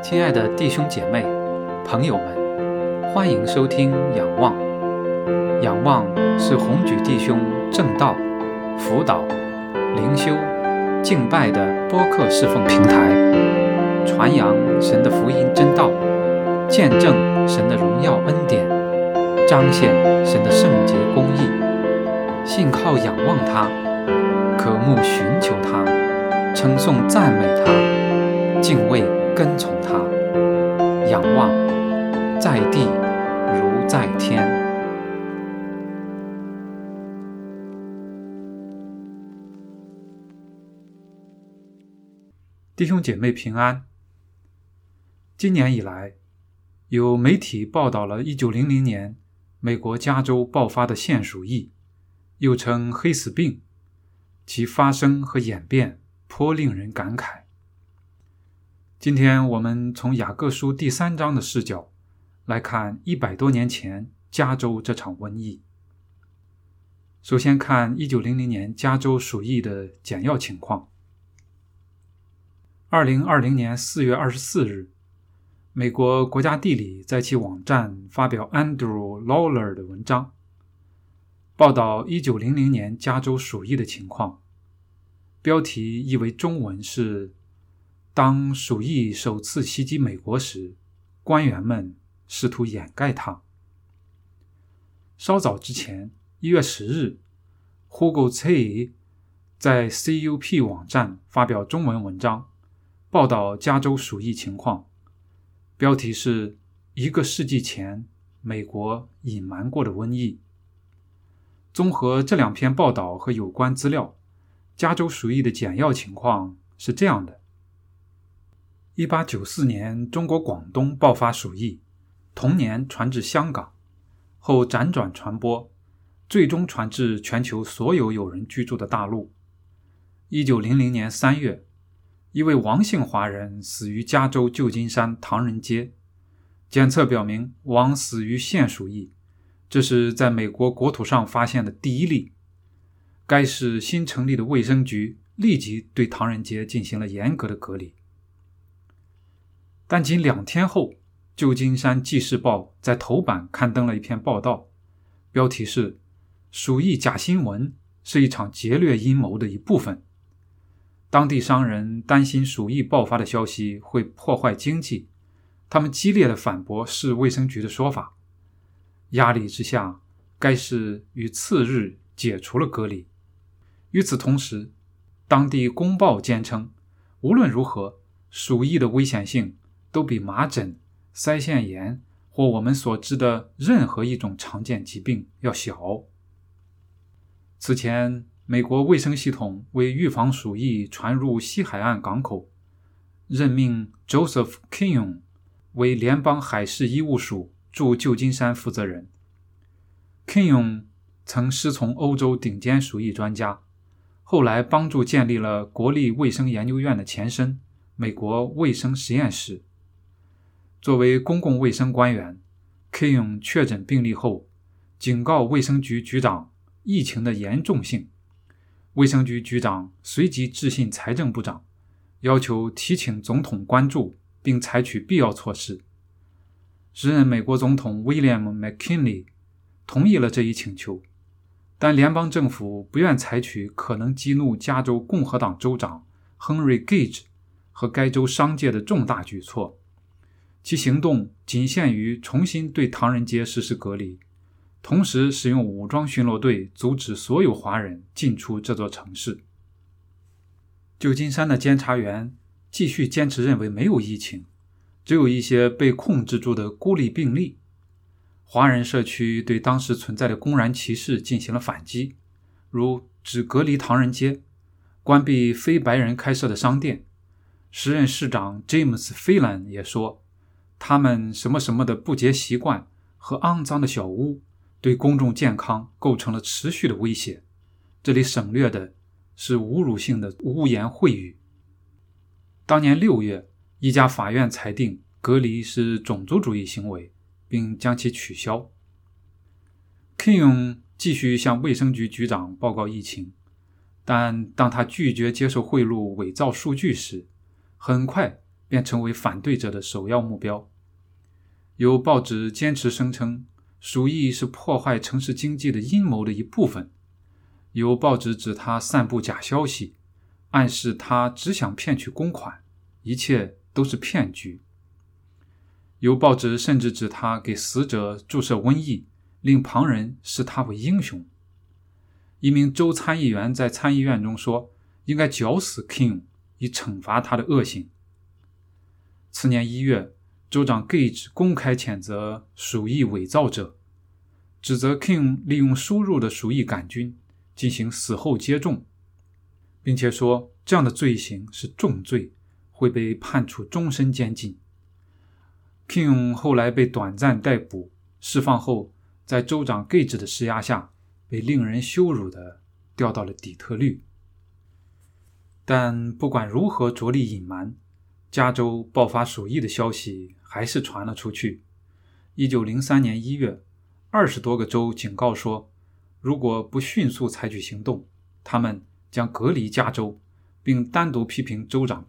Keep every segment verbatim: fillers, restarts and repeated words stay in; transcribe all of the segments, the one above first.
亲爱的弟兄姐妹、朋友们，欢迎收听仰望。仰望是宏举弟兄正道、辅导、灵修、敬拜的播客侍奉平台，传扬神的福音真道，见证神的荣耀恩典，彰显神的圣洁公义。信靠仰望他，渴慕寻求他，称颂赞美他，敬畏跟从他，仰望在地如在天。弟兄姐妹平安。今年以来，有媒体报道了一九零零年美国加州爆发的腺鼠疫，又称黑死病，其发生和演变颇令人感慨。今天我们从雅各书第三章的视角来看一百多年前加州这场瘟疫。首先看一九零零年加州鼠疫的简要情况。二零二零年四月二十四日，美国国家地理在其网站发表 Andrew Lawler 的文章，报道一九零零年加州鼠疫的情况。标题译为中文是当鼠疫首次袭击美国时，官员们试图掩盖它。稍早之前，一月十日 Hugo Tsai 在 C U P 网站发表中文文章，报道加州鼠疫情况，标题是一个世纪前美国隐瞒过的瘟疫。综合这两篇报道和有关资料，加州鼠疫的简要情况是这样的。一八九四年中国广东爆发鼠疫，同年传至香港，后辗转传播，最终传至全球所有有人居住的大陆。一九零零年三月，一位王姓华人死于加州旧金山唐人街，检测表明王死于腺鼠疫，这是在美国国土上发现的第一例。该市新成立的卫生局立即对唐人街进行了严格的隔离。但仅两天后，旧金山纪事报在头版刊登了一篇报道，标题是鼠疫假新闻是一场劫掠阴谋的一部分。当地商人担心鼠疫爆发的消息会破坏经济，他们激烈地反驳市卫生局的说法。压力之下，该市于次日解除了隔离。与此同时，当地公报坚称，无论如何，鼠疫的危险性都比麻疹、腮腺炎或我们所知的任何一种常见疾病要小。此前，美国卫生系统为预防鼠疫传入西海岸港口，任命 Joseph Keon 为联邦海事医务署驻旧金山负责人。Keon 曾师从欧洲顶尖鼠疫专家，后来帮助建立了国立卫生研究院的前身美国卫生实验室。作为公共卫生官员， Keon 确诊病例后警告卫生局局长疫情的严重性。卫生局局长随即致信财政部长，要求提请总统关注并采取必要措施。时任美国总统 William McKinley 同意了这一请求，但联邦政府不愿采取可能激怒加州共和党州长 Henry Gage 和该州商界的重大举措，其行动仅限于重新对唐人街实施隔离，同时使用武装巡逻队阻止所有华人进出这座城市。旧金山的监察员继续坚持认为没有疫情，只有一些被控制住的孤立病例。华人社区对当时存在的公然歧视进行了反击，如只隔离唐人街，关闭非白人开设的商店。时任市长 James Phelan 也说，他们什么什么的不洁习惯和肮脏的小屋对公众健康构成了持续的威胁。这里省略的是侮辱性的污言秽语。当年六月，一家法院裁定隔离是种族主义行为，并将其取消。Keon 继续向卫生局局长报告疫情，但当他拒绝接受贿赂伪造数据时，很快便成为反对者的首要目标。有报纸坚持声称鼠疫是破坏城市经济的阴谋的一部分，有报纸指他散布假消息，暗示他只想骗取公款，一切都是骗局。有报纸甚至指他给死者注射瘟疫，令旁人视他为英雄。一名州参议员在参议院中说，应该绞死 King 以惩罚他的恶行。次年一月，州长 Gage 公开谴责鼠疫伪造者，指责 King 利用输入的鼠疫杆菌进行死后接种，并且说这样的罪行是重罪，会被判处终身监禁。King 后来被短暂逮捕，释放后在州长 Gage 的施压下被令人羞辱地调到了底特律。但不管如何着力隐瞒，加州爆发鼠疫的消息还是传了出去。一九零三年一月，二十多个州警告说，如果不迅速采取行动，他们将隔离加州，并单独批评州长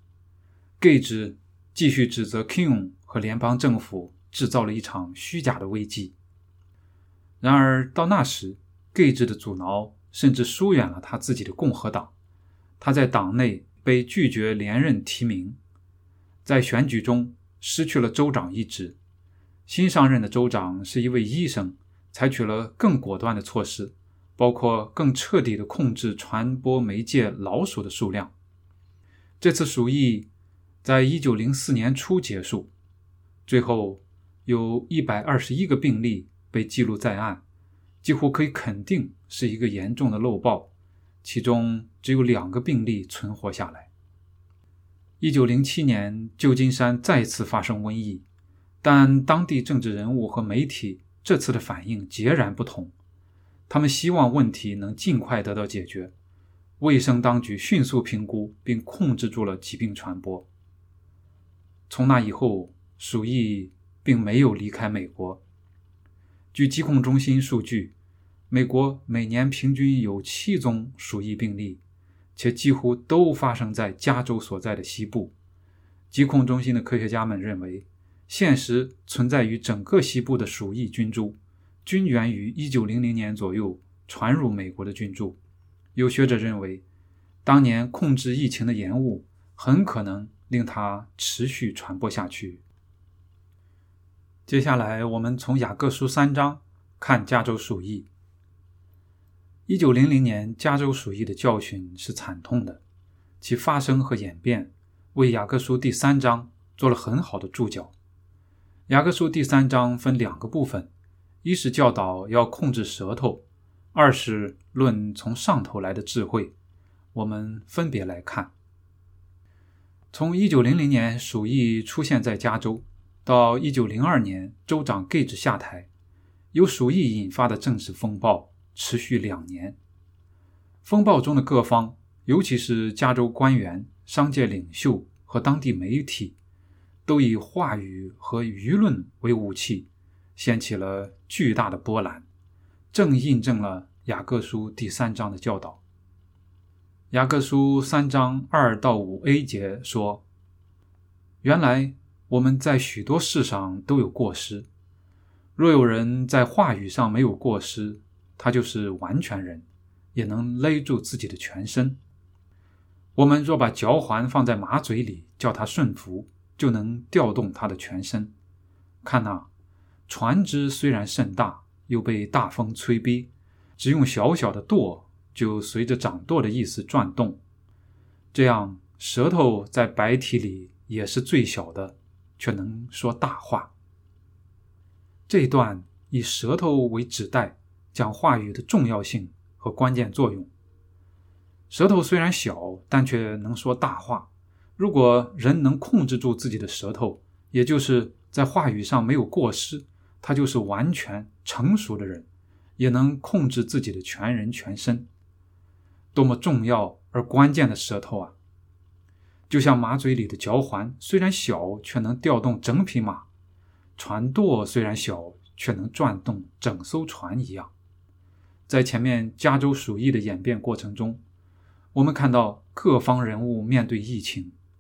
Gage。Gage 继续指责 King 和联邦政府制造了一场虚假的危机。然而到那时， Gage 的阻挠甚至疏远了他自己的共和党，他在党内被拒绝连任提名，在选举中失去了州长一职。新上任的州长是一位医生，采取了更果断的措施，包括更彻底地控制传播媒介老鼠的数量。这次鼠疫在一九零四年初结束，最后有一百二十一个病例被记录在案，几乎可以肯定是一个严重的漏报，其中只有两个病例存活下来。一九零七年，旧金山再次发生瘟疫，但当地政治人物和媒体这次的反应截然不同。他们希望问题能尽快得到解决，卫生当局迅速评估并控制住了疾病传播。从那以后，鼠疫并没有离开美国。据疾控中心数据，美国每年平均有七宗鼠疫病例，且几乎都发生在加州所在的西部。疾控中心的科学家们认为，现实存在于整个西部的鼠疫菌株均源于一九零零年左右传入美国的菌株。有学者认为，当年控制疫情的延误很可能令它持续传播下去。接下来我们从雅各书三章看加州鼠疫。一九零零年加州鼠疫的教训是惨痛的，其发生和演变为雅各书第三章做了很好的注脚。雅各书第三章分两个部分，一是教导要控制舌头，二是论从上头来的智慧。我们分别来看。从一九零零年鼠疫出现在加州，到一九零二年州长 Gage 下台，由鼠疫引发的政治风暴持续两年。风暴中的各方，尤其是加州官员、商界领袖和当地媒体，都以话语和舆论为武器，掀起了巨大的波澜，正印证了雅各书第三章的教导。雅各书三章二到五 A 节说，原来我们在许多事上都有过失，若有人在话语上没有过失，他就是完全人，也能勒住自己的全身。我们若把嚼环放在马嘴里，叫它顺服，就能调动它的全身。看哪，船只虽然甚大，又被大风吹逼，只用小小的舵，就随着掌舵的意思转动。这样，舌头在百体里也是最小的，却能说大话。这一段以舌头为指代，讲话语的重要性和关键作用。舌头虽然小，但却能说大话。如果人能控制住自己的舌头，也就是在话语上没有过失，他就是完全成熟的人，也能控制自己的全人全身。多么重要而关键的舌头啊！就像马嘴里的嚼环，虽然小，却能调动整匹马；船舵虽然小，却能转动整艘船一样。在前面加州鼠疫的演变过程中，我们看到各方人物面对疫情，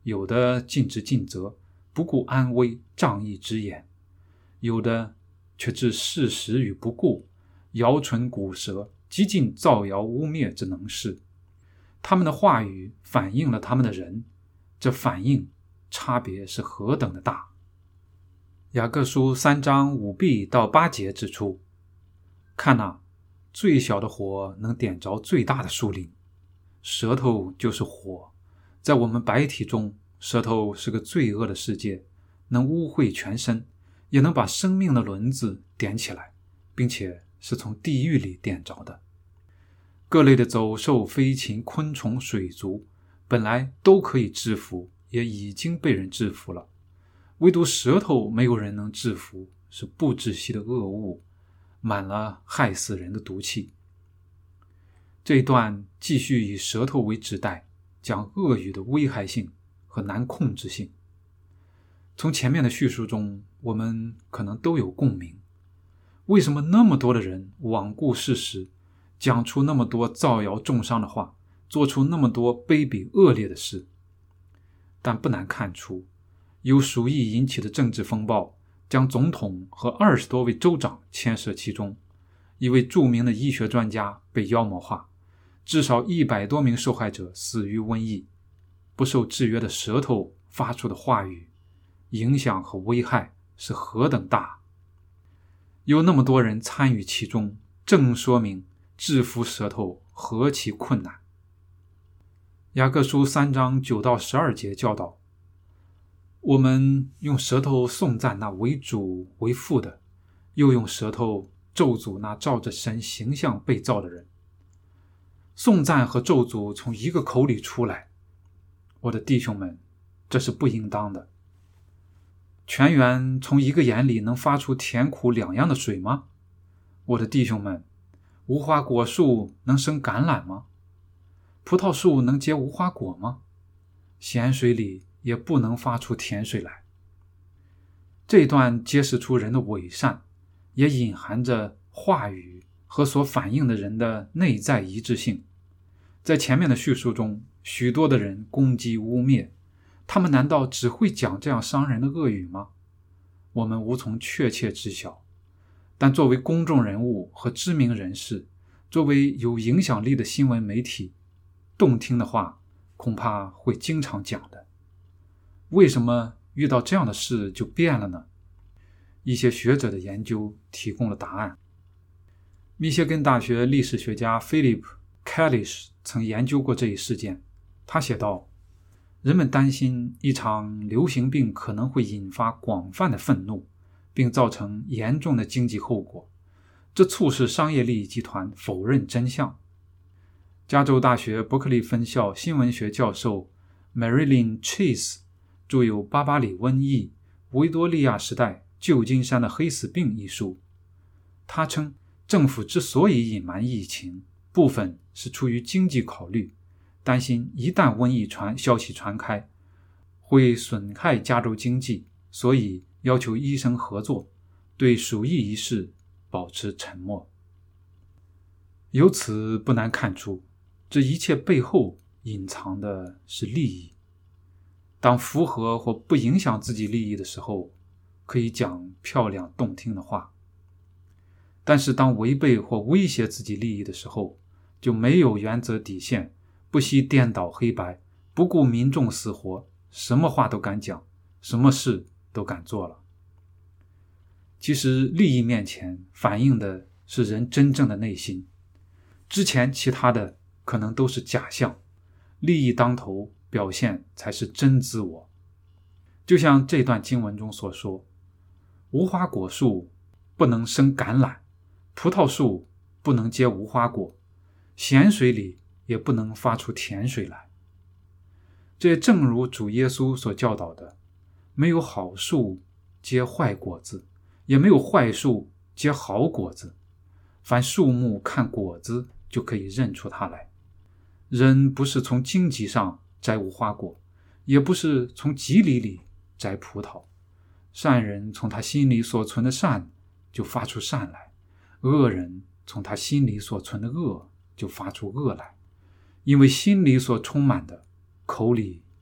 有的尽职尽责，不顾安危，仗义直言；有的却置事实于不顾，摇唇鼓舌，极尽造谣污蔑之能事。他们的话语反映了他们的人，这反应差别是何等的大。雅各书三章五 b 到八节指出，看哪，最小的火能点着最大的树林，舌头就是火，在我们白体中，舌头是个罪恶的世界，能污秽全身，也能把生命的轮子点起来，并且是从地狱里点着的。各类的走兽、飞禽、昆虫、水族本来都可以制服，也已经被人制服了，唯独舌头没有人能制服，是不窒息的恶物，满了害死人的毒气。这一段继续以舌头为指代，讲恶语的危害性和难控制性。从前面的叙述中，我们可能都有共鸣。为什么那么多的人罔顾事实，讲出那么多造谣重伤的话，做出那么多卑鄙恶劣的事？但不难看出，由鼠疫引起的政治风暴将总统和二十多位州长牵涉其中，一位著名的医学专家被妖魔化，至少一百多名受害者死于瘟疫。不受制约的舌头发出的话语，影响和危害是何等大。有那么多人参与其中，正说明制服舌头何其困难。雅各书三章九到十二节教导，我们用舌头颂赞那为主为父的，又用舌头咒诅那照着神形象被造的人。颂赞和咒诅从一个口里出来，我的弟兄们，这是不应当的。泉源从一个眼里能发出甜苦两样的水吗？我的弟兄们，无花果树能生橄榄吗？葡萄树能结无花果吗？咸水里也不能发出甜水来。这一段揭示出人的伪善，也隐含着话语和所反映的人的内在一致性。在前面的叙述中，许多的人攻击污蔑，他们难道只会讲这样伤人的恶语吗？我们无从确切知晓。但作为公众人物和知名人士，作为有影响力的新闻媒体，动听的话恐怕会经常讲的。为什么遇到这样的事就变了呢？一些学者的研究提供了答案。密歇根大学历史学家 Philip Kalish 曾研究过这一事件。他写道，人们担心一场流行病可能会引发广泛的愤怒，并造成严重的经济后果，这促使商业利益集团否认真相。加州大学伯克利分校新闻学教授 Marilyn Chase 著有《巴巴里瘟疫：维多利亚时代旧金山的黑死病》一书。他称，政府之所以隐瞒疫情，部分是出于经济考虑，担心一旦瘟疫传消息传开，会损害加州经济，所以要求医生合作，对鼠疫一事保持沉默。由此不难看出，这一切背后隐藏的是利益。当符合或不影响自己利益的时候，可以讲漂亮动听的话，但是当违背或威胁自己利益的时候，就没有原则底线，不惜颠倒黑白，不顾民众死活，什么话都敢讲，什么事都敢做了。其实利益面前反映的是人真正的内心，之前其他的可能都是假象，利益当头，表现才是真自我。就像这段经文中所说，无花果树不能生橄榄，葡萄树不能结无花果，咸水里也不能发出甜水来。这正如主耶稣所教导的，没有好树结坏果子，也没有坏树结好果子，凡树木看果子就可以认出它来。人不是从荆棘上摘无花果，也不是从棘藜里摘葡萄。善人从他心里所存的善就发出善来，恶人从他心里所存的恶就发出恶来。因为心里所充满的，口里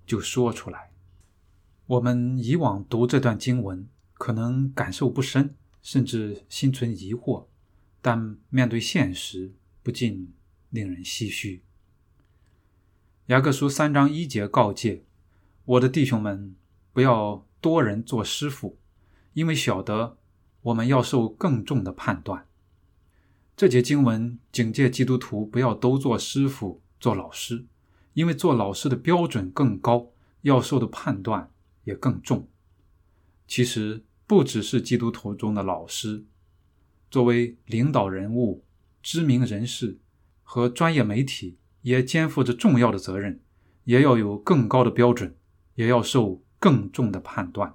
就说出来。我们以往读这段经文，可能感受不深，甚至心存疑惑，但面对现实，不禁令人唏嘘。雅各书三章一节告诫，我的弟兄们，不要多人做师傅，因为晓得我们要受更重的判断。这节经文警戒基督徒不要都做师傅、做老师，因为做老师的标准更高，要受的判断也更重。其实不只是基督徒中的老师，作为领导人物、知名人士和专业媒体，也肩负着重要的责任，也要有更高的标准，也要受更重的判断。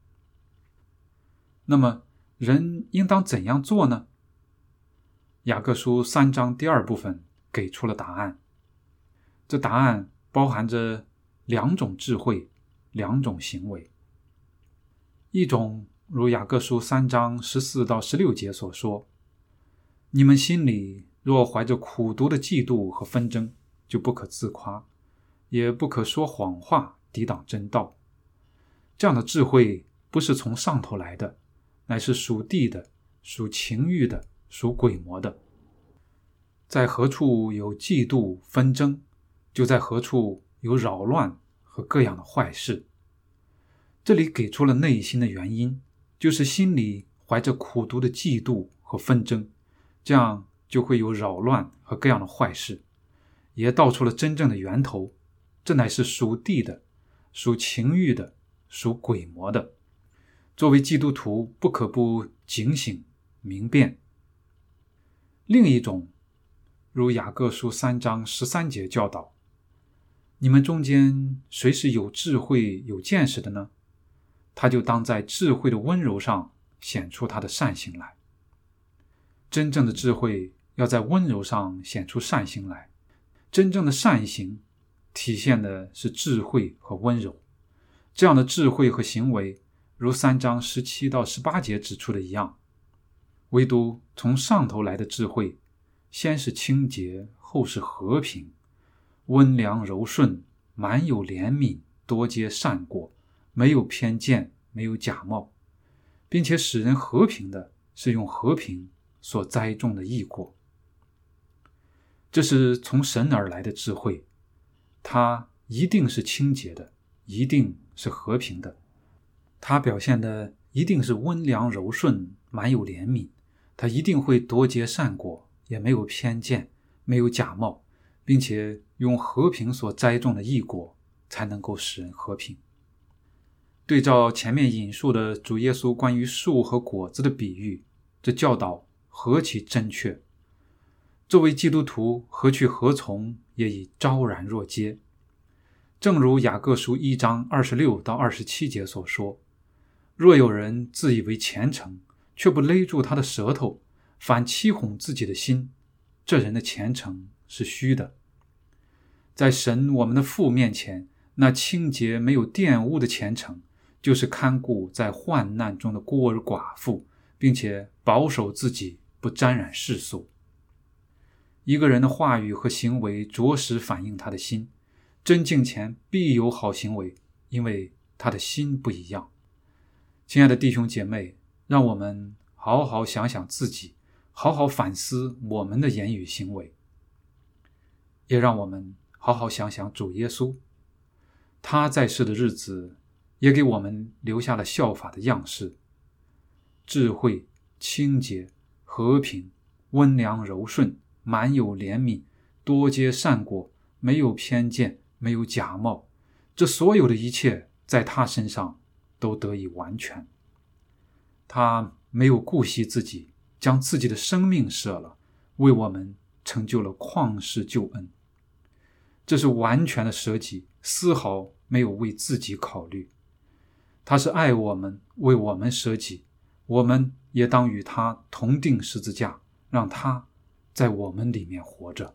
那么人应当怎样做呢？雅各书三章第二部分给出了答案。这答案包含着两种智慧，两种行为。一种如雅各书三章十四到十六节所说，你们心里若怀着苦毒的嫉妒和纷争，就不可自夸，也不可说谎话抵挡真道。这样的智慧不是从上头来的，乃是属地的，属情欲的，属鬼魔的。在何处有嫉妒纷争，就在何处有扰乱和各样的坏事。这里给出了内心的原因，就是心里怀着苦毒的嫉妒和纷争，这样就会有扰乱和各样的坏事，也道出了真正的源头，这乃是属地的，属情欲的，属鬼魔的。作为基督徒，不可不警醒明辨。另一种如雅各书三章十三节教导，你们中间谁是有智慧有见识的呢？他就当在智慧的温柔上显出他的善行来。真正的智慧要在温柔上显出善行来，真正的善行体现的是智慧和温柔。这样的智慧和行为，如三章十七到十八节指出的一样，唯独从上头来的智慧，先是清洁，后是和平，温良柔顺，满有怜悯，多结善果，没有偏见，没有假冒，并且使人和平的是用和平所栽种的义果。这是从神而来的智慧，它一定是清洁的，一定是和平的，它表现的一定是温良柔顺，满有怜悯，它一定会多结善果，也没有偏见，没有假冒，并且用和平所栽种的义果才能够使人和平。对照前面引述的主耶稣关于树和果子的比喻，这教导何其真确。作为基督徒，何去何从也已昭然若揭。正如雅各书一章二十六到二十七节所说，若有人自以为虔诚，却不勒住他的舌头，反欺哄自己的心，这人的虔诚是虚的。在神我们的父面前，那清洁没有玷污的虔诚，就是看顾在患难中的孤儿寡妇，并且保守自己不沾染世俗。一个人的话语和行为着实反映他的心，真敬虔必有好行为，因为他的心不一样。亲爱的弟兄姐妹，让我们好好想想自己，好好反思我们的言语行为，也让我们好好想想主耶稣，他在世的日子也给我们留下了效法的样式。智慧、清洁、和平、温良柔顺，满有怜悯，多结善果，没有偏见，没有假冒，这所有的一切在他身上都得以完全。他没有顾惜自己，将自己的生命舍了，为我们成就了旷世救恩。这是完全的舍己，丝毫没有为自己考虑。他是爱我们，为我们舍己，我们也当与他同定十字架，让他在我们里面活着。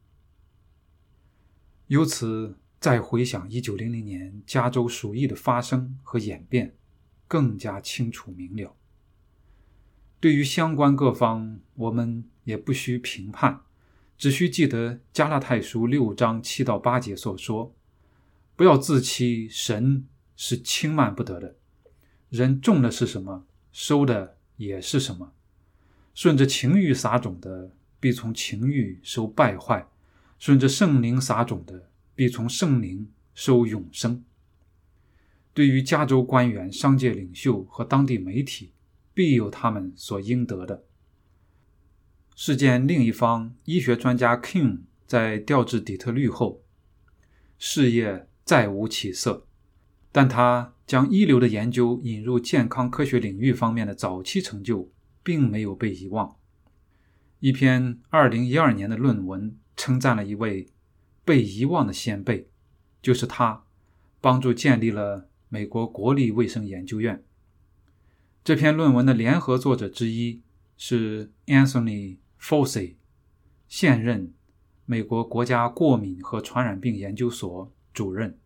由此再回想一九零零年加州鼠疫的发生和演变，更加清楚明了。对于相关各方，我们也不需评判，只需记得加拉太书六章七到八节所说： 不要自欺，神是轻慢不得的。人种的是什么，收的也是什么。顺着情欲撒种的，必从情欲收败坏；顺着圣灵撒种的，必从圣灵收永生。对于加州官员、商界领袖和当地媒体，必有他们所应得的。事件另一方，医学专家 King 在调至底特律后，事业再无起色，但他将一流的研究引入健康科学领域方面的早期成就并没有被遗忘。一篇二零一二年的论文称赞了一位被遗忘的先辈，就是他帮助建立了美国国立卫生研究院。这篇论文的联合作者之一是 Anthony Fauci， 现任美国国家过敏和传染病研究所主任。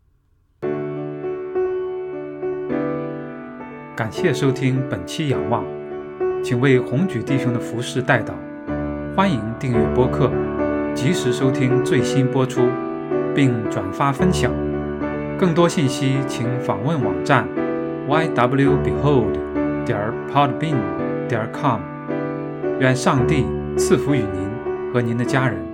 感谢收听本期仰望，请为红举弟兄的服事代祷，欢迎订阅播客，及时收听最新播出，并转发分享。更多信息请访问网站 y w behold 点 podbean 点 com。 愿上帝赐福于您和您的家人。